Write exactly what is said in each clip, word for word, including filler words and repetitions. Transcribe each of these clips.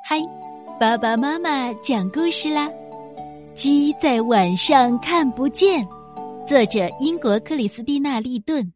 嗨，爸爸妈妈讲故事啦！鸡在晚上看不见，作者英国克里斯蒂娜·利顿。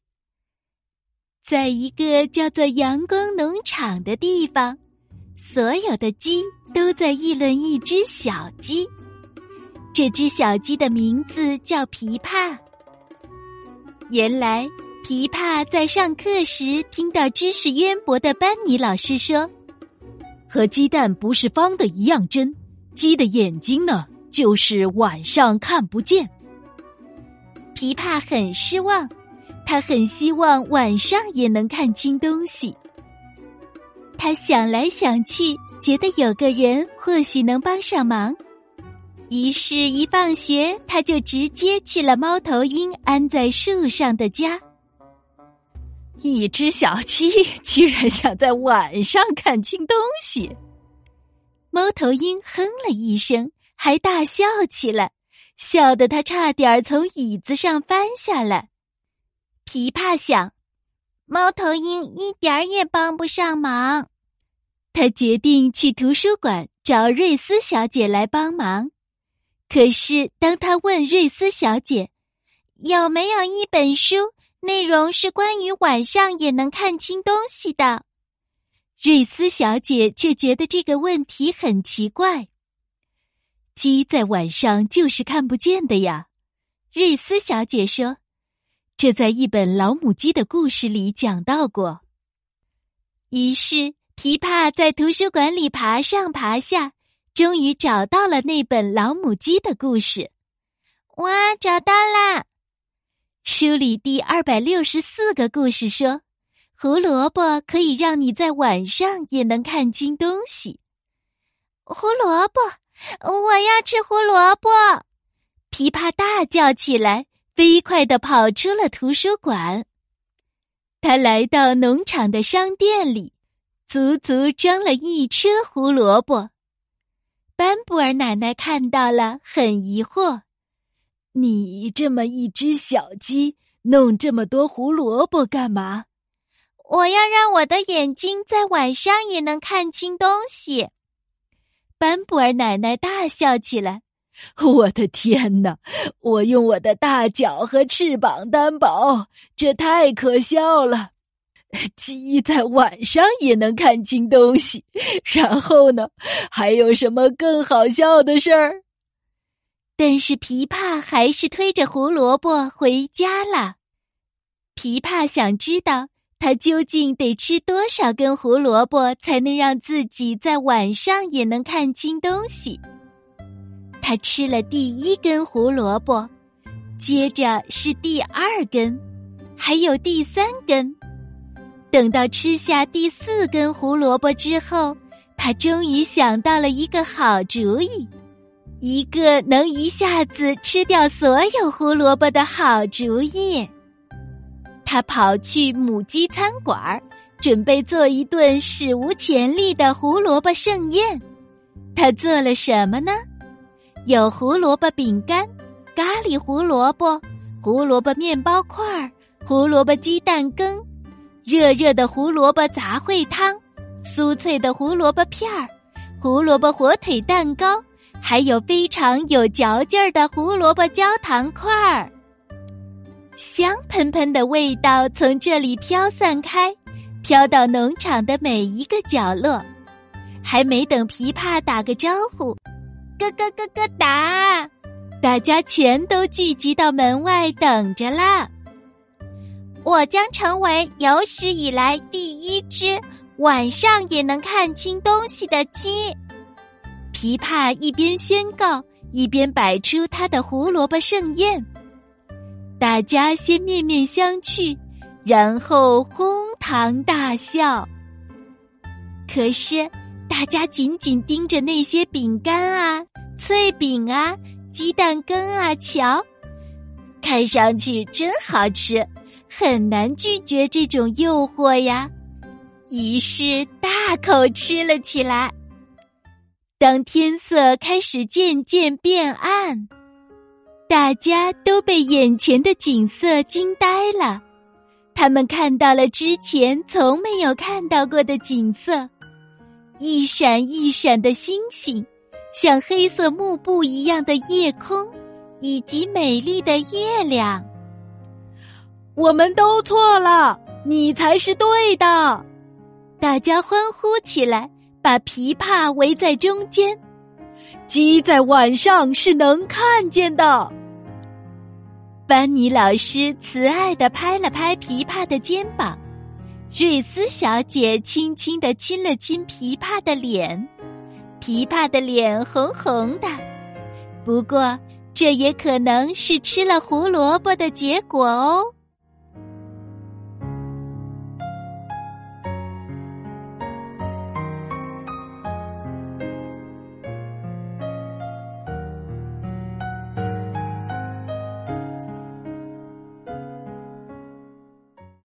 在一个叫做阳光农场的地方，所有的鸡都在议论一只小鸡。这只小鸡的名字叫琵琶。原来琵琶在上课时听到知识渊博的班尼老师说，和鸡蛋不是方的一样真，鸡的眼睛呢，就是晚上看不见。琵琶很失望，他很希望晚上也能看清东西。他想来想去，觉得有个人或许能帮上忙。于是一放学，他就直接去了猫头鹰安在树上的家。一只小鸡居然想在晚上看清东西。猫头鹰哼了一声，还大笑起来，笑得他差点从椅子上翻下来。琵琶想，猫头鹰一点儿也帮不上忙。他决定去图书馆找瑞斯小姐来帮忙。可是当他问瑞斯小姐，有没有一本书内容是关于晚上也能看清东西的，瑞斯小姐却觉得这个问题很奇怪。鸡在晚上就是看不见的呀，瑞斯小姐说，这在一本老母鸡的故事里讲到过。于是琵琶在图书馆里爬上爬下，终于找到了那本老母鸡的故事。哇，找到啦！书里第二百六十四个故事说，胡萝卜可以让你在晚上也能看清东西。胡萝卜，我要吃胡萝卜！琵琶大叫起来，飞快地跑出了图书馆。他来到农场的商店里，足足装了一车胡萝卜。班布尔奶奶看到了，很疑惑，你这么一只小鸡，弄这么多胡萝卜干嘛？我要让我的眼睛在晚上也能看清东西。班布尔奶奶大笑起来，我的天哪，我用我的大脚和翅膀担保，这太可笑了。鸡在晚上也能看清东西，然后呢，还有什么更好笑的事儿？但是琵琶还是推着胡萝卜回家了。琵琶想知道，他究竟得吃多少根胡萝卜才能让自己在晚上也能看清东西。他吃了第一根胡萝卜，接着是第二根，还有第三根。等到吃下第四根胡萝卜之后，他终于想到了一个好主意，一个能一下子吃掉所有胡萝卜的好主意。他跑去母鸡餐馆，准备做一顿史无前例的胡萝卜盛宴。他做了什么呢？有胡萝卜饼干、咖喱胡萝卜、胡萝卜面包块、胡萝卜鸡蛋羹、热热的胡萝卜杂烩汤、酥脆的胡萝卜片儿、胡萝卜火腿蛋糕，还有非常有嚼劲儿的胡萝卜焦糖块儿。香喷喷的味道从这里飘散开，飘到农场的每一个角落。还没等琵琶打个招呼，咯咯咯咯打，大家全都聚集到门外等着啦。我将成为有史以来第一只晚上也能看清东西的鸡。琵琶一边宣告，一边摆出他的胡萝卜盛宴。大家先面面相觑，然后哄堂大笑。可是大家紧紧盯着那些饼干啊、脆饼啊、鸡蛋羹啊瞧，看上去真好吃，很难拒绝这种诱惑呀。于是大口吃了起来。当天色开始渐渐变暗，大家都被眼前的景色惊呆了。他们看到了之前从没有看到过的景色， 一闪一闪的星星，像黑色幕布一样的夜空，以及美丽的月亮。 我们都错了，你才是对的！ 大家欢呼起来，把琵琶围在中间。 鸡在晚上是能看见的。 班尼老师慈爱地拍了拍琵琶的肩膀，瑞斯小姐轻轻地亲了亲琵琶的脸，琵琶的脸红红的。不过，这也可能是吃了胡萝卜的结果哦。